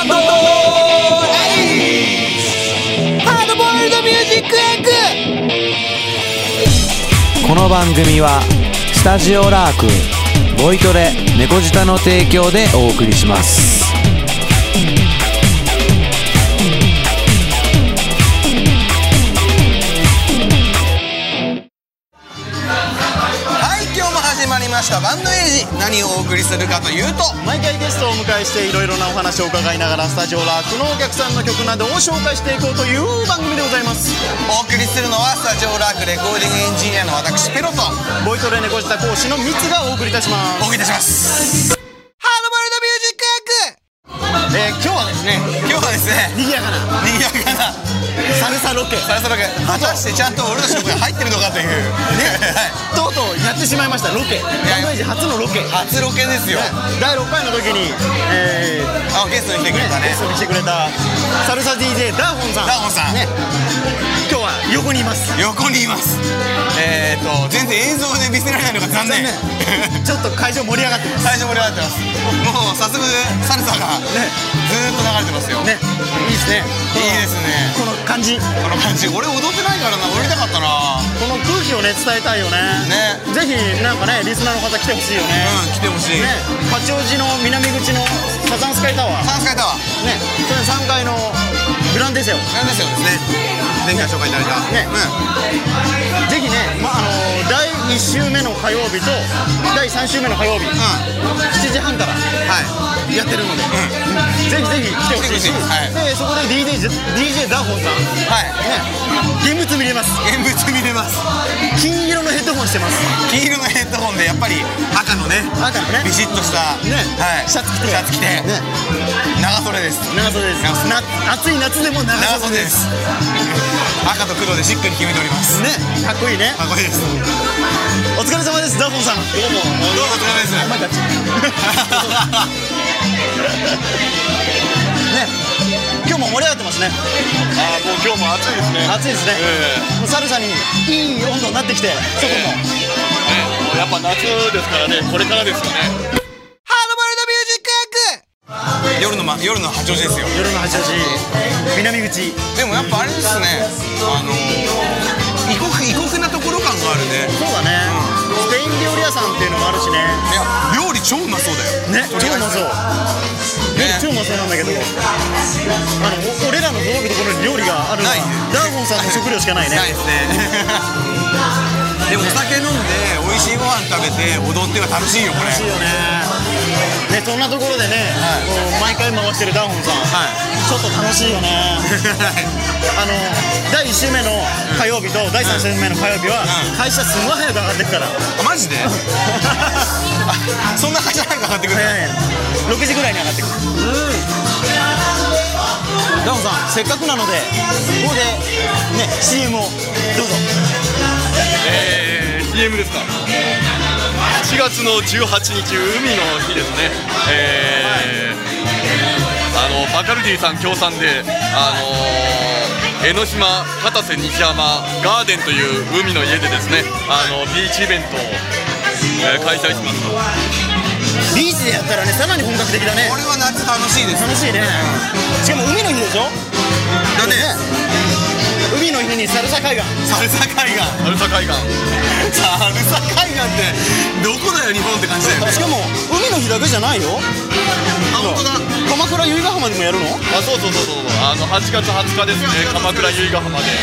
バンドハードボイルドミュージックエッグ。この番組はスタジオラーク、ボイトレ、猫舌の提供でお送りします。 始まりましたバンドエイジ。何をお送りするかというと、 毎回ゲストをお迎えしていろいろなお話を伺いながらスタジオラークのお客さんの曲などを紹介していこうという番組でございます。 お送りするのはスタジオラークレコーディングエンジニアの私ペロとボイトレ猫舌講師のミツがお送りいたします。 お送りいたします。ハードボイルドミュージックエッグ。 今日はですね賑やかなサルサロケ。 果たしてちゃんと俺たちの声入ってるのかというとうとうやってしまいました。ロケ、バンドエイジ初のロケ。 初ロケですよ。 第6回の時にゲストに来てくれたね。 ゲストに来てくれたサルサ DJ ダーホンさんね、今日は横にいます。 全然映像で見せられないのが残念。 ちょっと会場盛り上がってます。 もう早速サルサがずーっと流れてますよね。 いいですね。この感じ。 俺踊ってないからな。踊りたかったな。 この空気をね伝えたいよね。ぜひなんかねリスナーの方来てほしいよね。 来てほしい。 八王子の南口のサザンスカイタワー。ね。それ3階のグランデセオ。 ですね。前回紹介いただいた。 ぜひね、第1週目の火曜日と第3週目の火曜日、7時半からやってるので、ぜひぜひ来てほしいし、そこで DJ ダーホンさん、現物見れます。金色のヘッドホンしてます。 金色のヘッドホンでやっぱり赤のねビシッとしたシャツ着て長袖です。 暑い夏でも長袖です。 赤と黒でしっかり決めておりますね。かっこいいね。 かっこいいです。 お疲れ様です。ダーホンさん。どうもお疲れ様です。 お前たちね、今日も盛り上がってますね。 もう今日も暑いですね。 暑いですね。もうサルサにいい温度になってきて、外もやっぱ夏ですからね。これからですよね。 ハードボイルドミュージックエッグ。夜の八王子ですよ。 夜の八王子南口。 でもやっぱあれですね、異国なところ感があるね。 そうだね。スペイン料理屋さんっていうのもあるしね。 いや料理超うまそうだよね。 超うまそうなんだけど、俺らの届くところに料理があるのはダーホンさんの食料しかないね。 ないですね。でもお酒飲んで美味しいご飯食べて踊っては楽しいよこれ。 楽しいよね。そんなところでね、毎回回してるダーホンさん、ちょっと楽しいよね。第1週目の火曜日と第3週目の火曜日は会社すごい早く上がってくから。 マジで？そんな会社早く上がってくる ？6時ぐらいに上がってくる。ダーホンさん、せっかくなのでここでね CM をどうぞ。 CM ですか。4月の18日海の日ですね。バカルディさん協賛で江ノ島片瀬西山ガーデンという海の家でですね、ビーチイベントを、開催します。 ビーチでやったらねさらに本格的だね。 これは夏楽しいです。 楽しいね。しかも海の日でしょ。 だね。 海の日にサルサ海岸ってどこだよ日本って感じだよね。 しかも海の日だけじゃないよ。 本当だ。 鎌倉由比ヶ浜でもやるの？ そう8月20日ですね。鎌倉由比ヶ浜で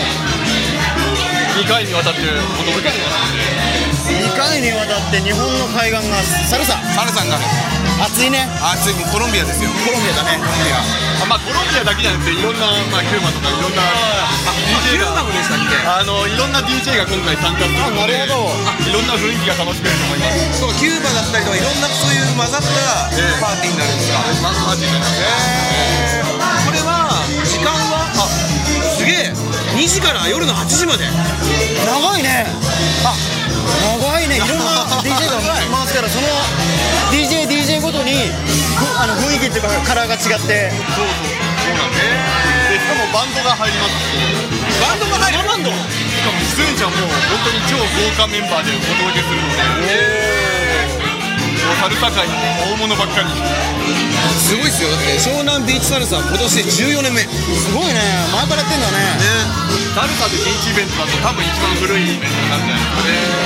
2回にわたってお届けしますので。 2回にわたって日本の海岸がサルサになる。暑いね。 暑い。コロンビアですよ。 コロンビアだね。 コロンビアだけじゃなくていろんな、キューバとかいろんな DJ がでしたっけ？ いろんな DJ が今回参加するので、いろんな雰囲気が楽しめると思います。 そう、キューバだったりとかいろんなそういう混ざったパーティーになるんですか？ パーティーになります。 これは時間はすげえ2時から夜の8時まで。 長いね。長いね。いろんな DJ が回すから、その DJ ごとに雰囲気っていうかカラーが違って。 そうなんで、しかもバンドが入ります。 バンドが入る。 しかも出演者も本当に超豪華メンバーでお届けするので、 サルサ界の大物ばっかり。 すごいっすよ。だって湘南ビーチサルサ今年で14年目。 すごいね、前からやってんだね。 サルサでビーチイベントだと多分一番古いイベントになるんじゃない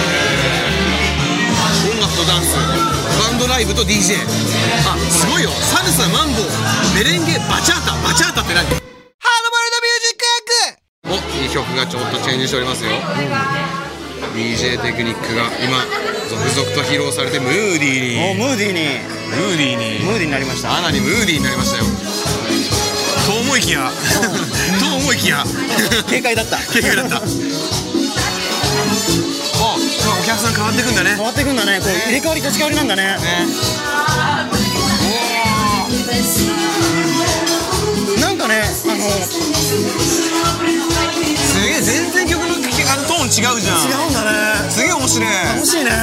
ですかね。 音楽とダンス、バンドライブと DJ。あ、すごいよ。サルサ、マンボウ、メレンゲ、バチャータ。バチャータって何？ハードボイルドミュージック。お、いい曲がちょっとチェンジしておりますよ。DJ テクニックが今続々と披露されてムーディーに。 お、ムーディーになりました。 かなりムーディーになりましたよ。と思いきや軽快だった。 あ、お客さん変わってくんだね。 変わってくんだね。こう入れ替わり立ち替わりなんだね。なんかね、すげえ全然曲のトーン違うじゃん。 違うんだね。 すげえ面白い。 楽しいね。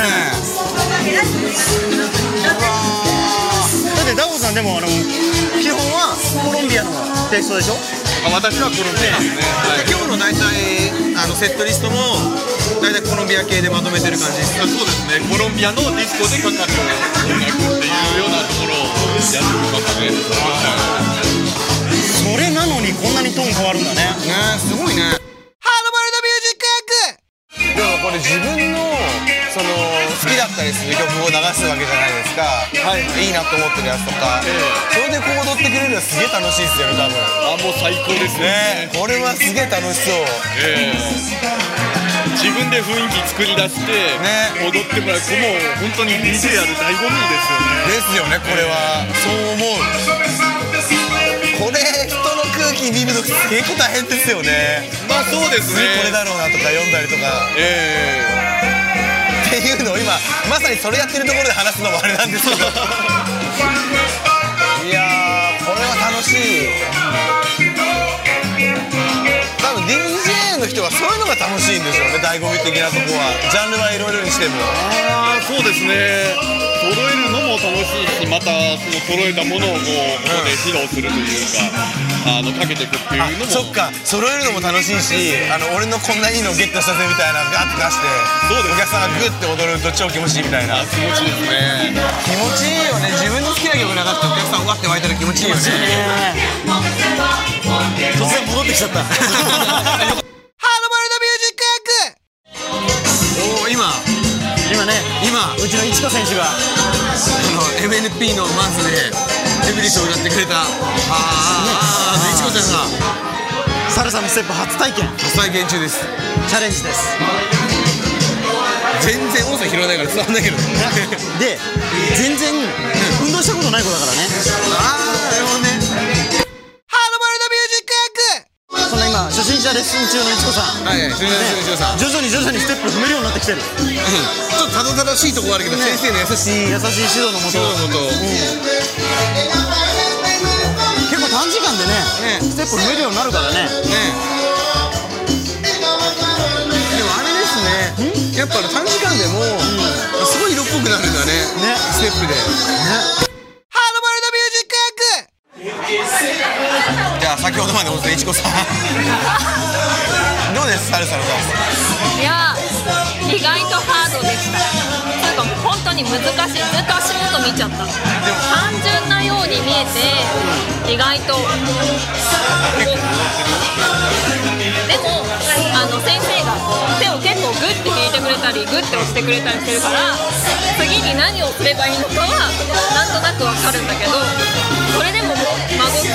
だってダオさんでも基本はコロンビアのテイストでしょ。 私はコロンビアですね。 今日の大体セットリストも大体コロンビア系でまとめてる感じです。 そうですね。コロンビアのディスコでかかる音楽っていうようなところをやってますね。 それなのにこんなにトーン変わるんだね。 すごいね。ハードボイルドミュージックエッグ。でもこれ自分の好きだったりする曲を流すわけじゃないですか。はい。いいなと思ってるやつとか。それでこう踊ってくれるのはすげえ楽しいですよね、多分。 あ、もう最高ですね。 これはすげえ楽しそう。 自分で雰囲気作り出して踊ってもらう。もう本当に DJ やる醍醐味ですよね。 ですよね、これは。そう思う。これ人の空気見るの結構大変ですよね。 まあそうですね。 これだろうなとか読んだりとか。っていうのを今まさにそれやってるところで話すのもあれなんですけど。いやー、これは楽しい。多分 DJ の人はそういうのが楽しいんでしょうね。醍醐味的なとこは。ジャンルはいろいろにしても。 ああ、そうですね。揃えるのも楽しいし、またその揃えたものをここで披露するというか、かけていくっていうのも。 そっか、揃えるのも楽しいし、俺のこんないいのゲットしたぜみたいなガッて出して、お客さんがグッて踊ると超気持ちいいみたいな。 気持ちいいですね。 気持ちいいよね。自分の好きな曲流してお客さんわって湧いたら気持ちいいよね。 突然戻ってきちゃった。ハードボイルドミュージックエッグ。今うちのいちこ選手が MNP のマンスでエブリスを歌ってくれたいちこちゃんがサルサのステップ初体験中です。 チャレンジです。 全然音声拾わないから伝わんないけど。 で全然運動したことない子だからね。 なるほどね。ハードボイルドミュージックエッグ。 そんな今初心者レッスン中のいちこさん、徐々にステップ踏めるようになってきてる。 ちょっとたどたどしいところあるけど、先生の優しい指導のもと結構短時間でねステップ踏めるようになるからね。 でもあれですね、やっぱ短時間でもすごい色っぽくなるんだね、ステップで。ハードボイルドミュージックエッグ。じゃあ先ほどまでおったいちこさんどうです、サルサのダンス。 いや、意外とハードでした。というか本当に難しい。ずっと足元見ちゃった。単純なように見えて意外とでも先生が手を結構グッて引いてくれたりグッて押してくれたりしてるから、次に何をすればいいのかはなんとなくわかるんだけど、それでももう孫つく。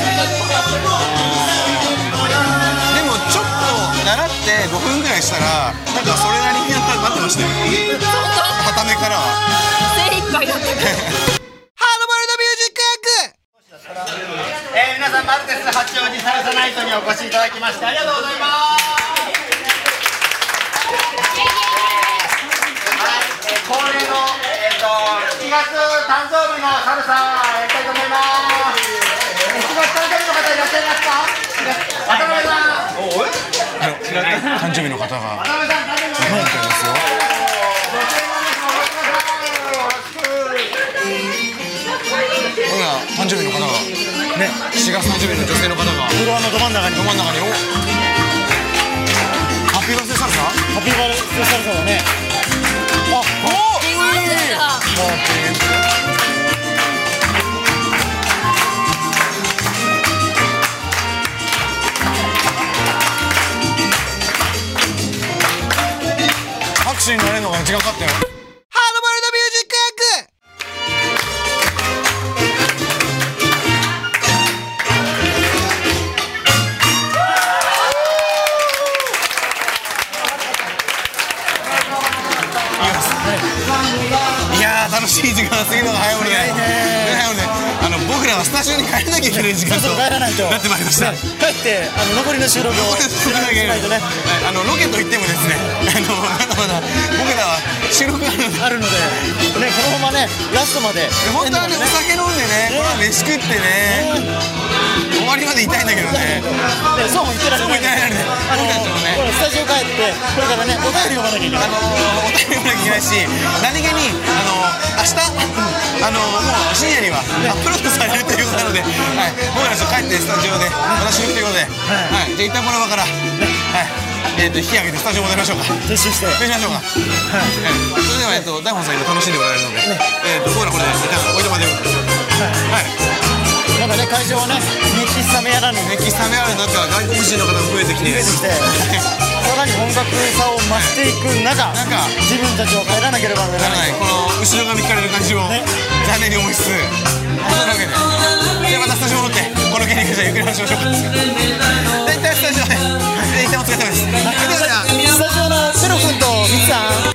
でもちょっと習って5分ぐらいしたらなんかそれなりになってましたよ。片目からは精一杯だったけど。 ハードボイルドミュージックエッグ。 皆さんマルテス八王子サルサナイトにお越しいただきましてありがとうございます。恒例の7月誕生日のサルサやりたいと思います。7月誕生日の方いらっしゃいますか。渡辺さん。 誕生日の方が渡辺さん誕生日の方ですよ。ほら誕生日の方がね、4月誕生日の女性の方がフロアのど真ん中にハッピーバースデーサルサ？ ハッピーバースデーサルサだね。あ、 ハッピーバースデーだ。 拍手になれるのが時間かかったよ。ハードボイルドミュージックエッグ。いやー楽しい時間過ぎるのが早いもので、僕らはスタジオに帰らなきゃいけない時間と帰らないとなってまいりました。 帰って残りの収録をしないとね。 ロケといってもですね、まだまだ僕らは収録があるのでね、このままねラストまで本当はねお酒飲んでね、飯食ってね、終わりまでいたいんだけどね。 そうも言ってられない。 僕たちもねスタジオ帰ってこれからねお便り読まなきゃいけない。 お便り読まなきゃいけないし、何気に明日もう深夜にはアップロードされるということなので、僕らちょっと帰ってスタジオでまた収録ということで、じゃあ一旦この場から引き上げてスタジオ戻りましょうか。 撤収して撤収しましょうか。それでは大本さん今楽しんでもらえるので、僕らこれで一旦置いてもらってください。 まだね会場はね熱気冷めやらぬ熱気冷めやらぬ中、外国人の方も増えてきてさらに本格さを増していく中、自分たちを帰らなければならない。 この後ろ髪引かれる感じを残念に思いつつ、そんなわけでじゃあまたスタジオ戻ってこの件に関してはゆっくり話しましょうか。一旦スタジオで一旦お疲れ様です。 スタジオのセロ君とミツさん、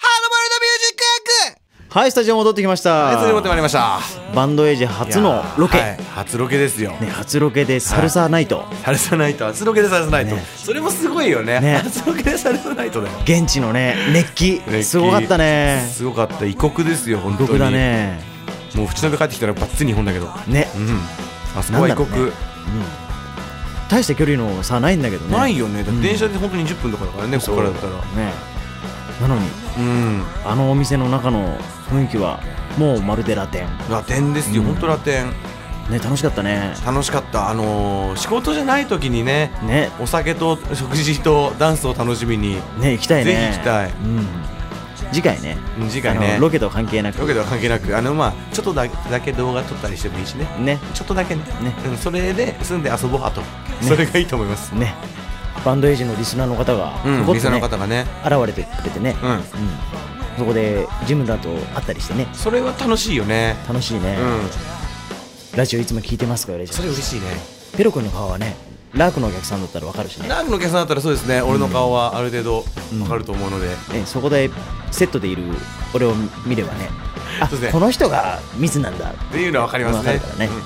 はい、スタジオ戻ってきました。 スタジオ戻ってまいりました。 バンドエイジ初のロケ、 初ロケですよね。 初ロケでサルサナイト、 サルサナイト、初ロケでサルサナイト、それもすごいよね。初ロケでサルサナイトだよ。 現地のね熱気すごかったね。 すごかった。異国ですよ本当に。異国だね。もう淵辺帰ってきたらバッツリ日本だけどね。あそこは異国。 大した距離の差ないんだけどね。 ないよね。電車で本当に20分とかだからね、ここからだったらね。 なのにあのお店の中の雰囲気はもうまるでラテンですよ。本当ラテンね。楽しかったね。 楽しかった。仕事じゃない時にね、お酒と食事とダンスを楽しみにね行きたいね。 ぜひ行きたい。 次回ね。ロケとは関係なく、ちょっとだけ動画撮ったりしてもいいしね。ちょっとだけね。それで住んで遊ぼうと、それがいいと思いますね。 バンドエイジのリスナーの方がリスナーの方がね現れてくれてね、そこでジムだと会ったりしてね。 それは楽しいよね。 楽しいね。ラジオいつも聞いてますかよ。 それ嬉しいね。 ペロ君の顔はねラークのお客さんだったら分かるしね。 ラークのお客さんだったらそうですね、俺の顔はある程度分かると思うので、 そこでセットでいる俺を見ればね、あ、この人がミスなんだっていうのは分かりますね。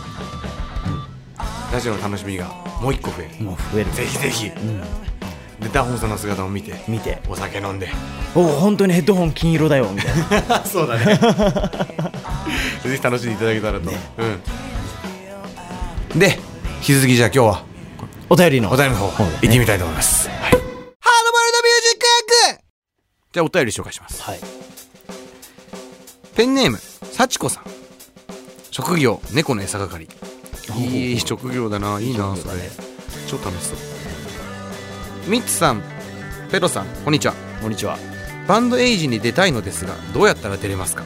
ラジオの楽しみがもう一個増える。ぜひぜひ。でダホンさんの姿を見てお酒飲んで、 本当にヘッドホン金色だよみたいな。 そうだね。ぜひ楽しんでいただけたらと。で引き続きじゃあ今日はお便りの方行ってみたいと思います。ハードボイルドミュージックエッグ。じゃあお便り紹介します。ペンネーム幸子さん。職業猫の餌係。いい職業だな。いいなそれ。超楽しそう。ミッツさん、ペロさん、こんにちは。 こんにちは。 バンドエイジに出たいのですが、どうやったら出れますか？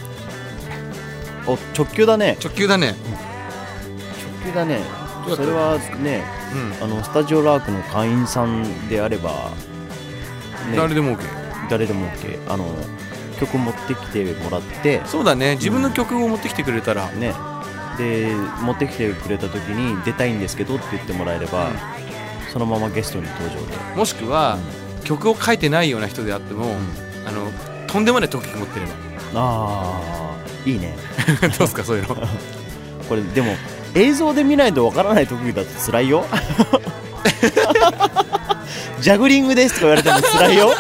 直球だね。 直球だね。 それはね、スタジオラークの会員さんであれば、 誰でも OK。 誰でも OK。曲持ってきてもらって。 そうだね。自分の曲を持ってきてくれたらね。で持ってきてくれた時に出たいんですけどって言ってもらえれば、そのままゲストに登場で。 もしくは、曲を書いてないような人であっても、とんでもない特技持ってれば。 いいね。 どうですかそういうの。 これでも映像で見ないとわからない特技だと辛いよ。ジャグリングですとか言われても辛いよ。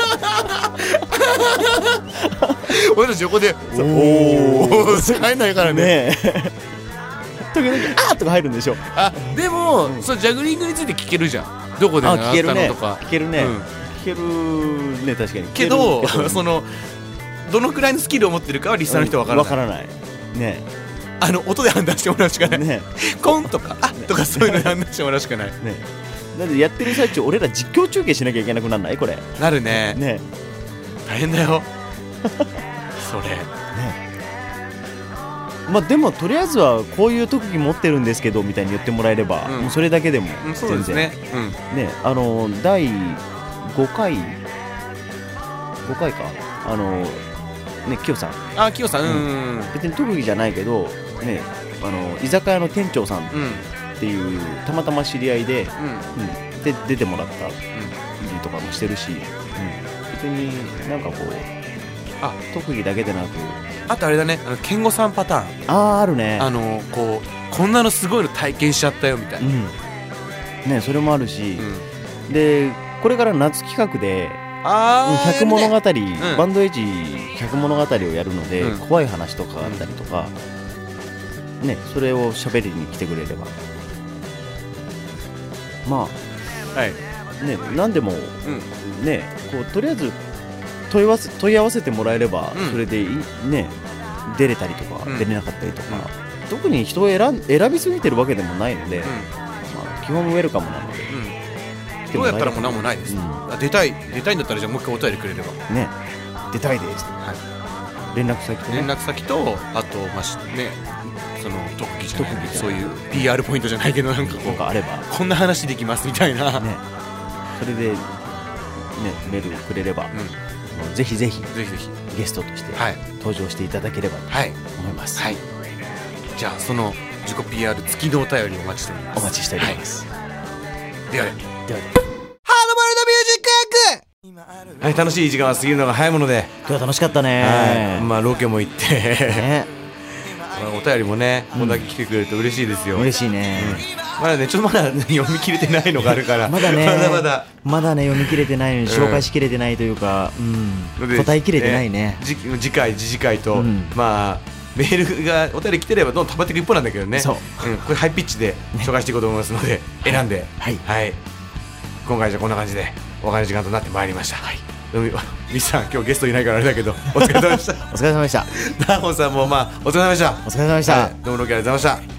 俺たち横でおお使えないからね。 時々あーとか入るんでしょ。 でもそうジャグリングについて聞けるじゃん。どこで習ったのとか聞けるね。聞けるね。確かに。 けどそのどのくらいのスキルを持ってるかはリスナーの人は分からないね。 音で判断してもらうしかないね。コンとかとかそういうので判断してもらうしかないね。 だってやってる最中俺ら実況中継しなきゃいけなくならない？これなるね。大変だよそれね。 まあでもとりあえずはこういう特技持ってるんですけどみたいに言ってもらえれば、もうそれだけでもそうです全然ね。 ね、第5回かね、キヨさんあ、キヨさん、 別に特技じゃないけどね、居酒屋の店長さんっていうたまたま知り合いで、で出てもらったりとかもしてるし、別になんかこう特技だけでなく、 あとあれだね、健吾さんパターン、 あるね、 こんなのすごいの体験しちゃったよみたいな、 ね、それもあるし、でこれから夏企画で100物語、バンドエイジ100物語をやるので、怖い話とかあったりとか、ね、それを喋りに来てくれれば、まあ、ね、何でも、ね、こうとりあえず問い合わせてもらえれば、それでね、出れたりとか、出れなかったりとか、特に人を選びすぎてるわけでもないので、まあ、基本ウェルカムなので、 どうやったらもなんもないです、出たいんだったらじゃあもう一回お便りくれればね、出たいです、連絡先と、 あとまあね、その特技じゃないそういう PR ポイントじゃないけど、なんかこうあればこんな話できますみたいな、 それでね、メールくれれば、ぜひゲストとして登場していただければと思います。 じゃあその自己 PR 付きのお便りお待ちしております。 お待ちしております。 ではハードボイルドミュージックエッグ。 はい、楽しい時間は過ぎるのが早いもので、 今日は楽しかったね。 まあロケも行ってお便りもね、こんだけ来てくれると嬉しいですよ。 嬉しいね。 まだね、ちょっとまだ読み切れてないのがあるからまだね読み切れてないのに紹介しきれてないというか、答えきれてないね。 次回と、まあメールがお便り来てればどんどん溜まっていく一方なんだけどね。これハイピッチで紹介していこうと思いますので、選んで、今回じゃこんな感じでお別れの時間となってまいりました。ミスさん、今日ゲストいないからあれだけど、お疲れ様でした。 お疲れ様でした。 ダーホンさんもまあお疲れ様でした。 お疲れ様でした。 どうもロケありがとうございました。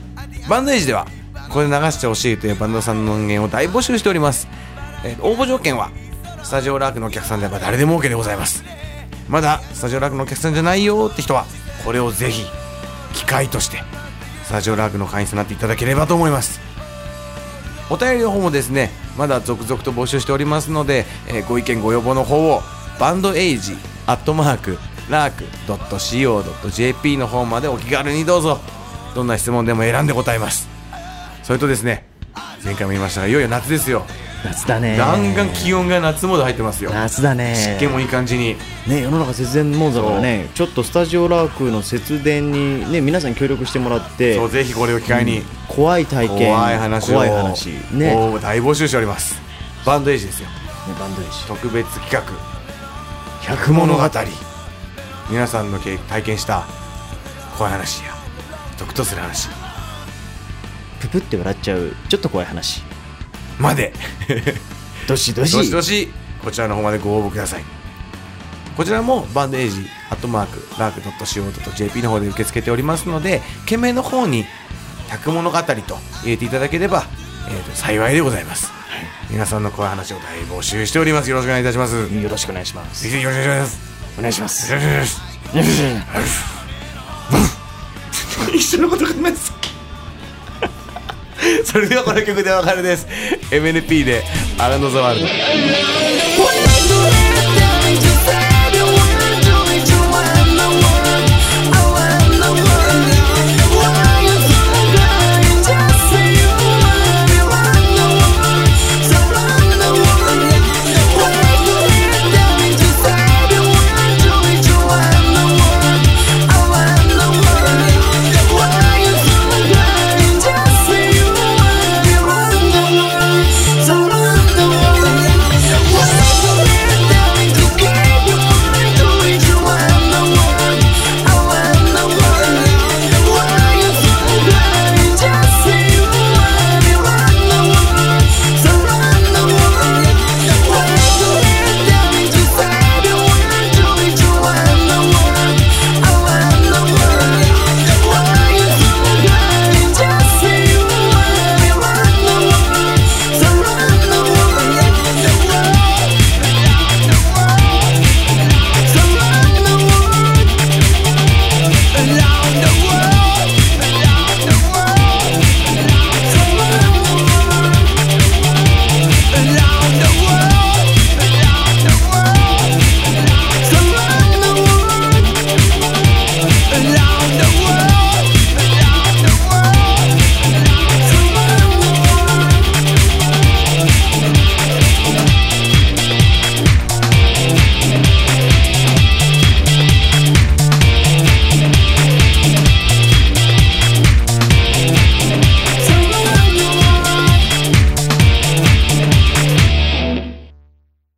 バンドエイジではここで流してほしいというバンドさんの音源を大募集しております。応募条件はスタジオラークのお客さんであれば誰でも OK でございます。まだスタジオラークのお客さんじゃないよって人はこれをぜひ機会としてスタジオラークの会員となっていただければと思います。お便りの方もですね、まだ続々と募集しておりますので、ご意見ご要望の方をバンドエイジ@lark.co.jp の方までお気軽にどうぞ。どんな質問でも選んで答えます。それとですね、前回も言いましたが、いよいよ夏ですよ。 夏だね。 ガンガン気温が夏モード入ってますよ。 夏だね。 湿気もいい感じにね、世の中節電モードだからね、ちょっとスタジオラークの節電にね、皆さん協力してもらって、 そう、ぜひこれを機会に、 怖い体験、 怖い話ね、大募集しております。バンドエイジですよ、 バンドエイジ特別企画100物語、皆さんの体験した怖い話やゾクとする話、 ププって笑っちゃうちょっと怖い話までどしどしこちらの方までご応募ください。こちらもバンドエイジ@lark.co.jp の方で受け付けておりますので、件名の方に100物語と入れていただければ、幸いでございます。皆さんの怖い話を大募集しております。よろしくお願いいたします。 よろしくお願いします。 ぜひよろしくお願いします。 お願いします。 一緒のこと考えますそれではこの曲でお別れです。MNP でアランドザワールド。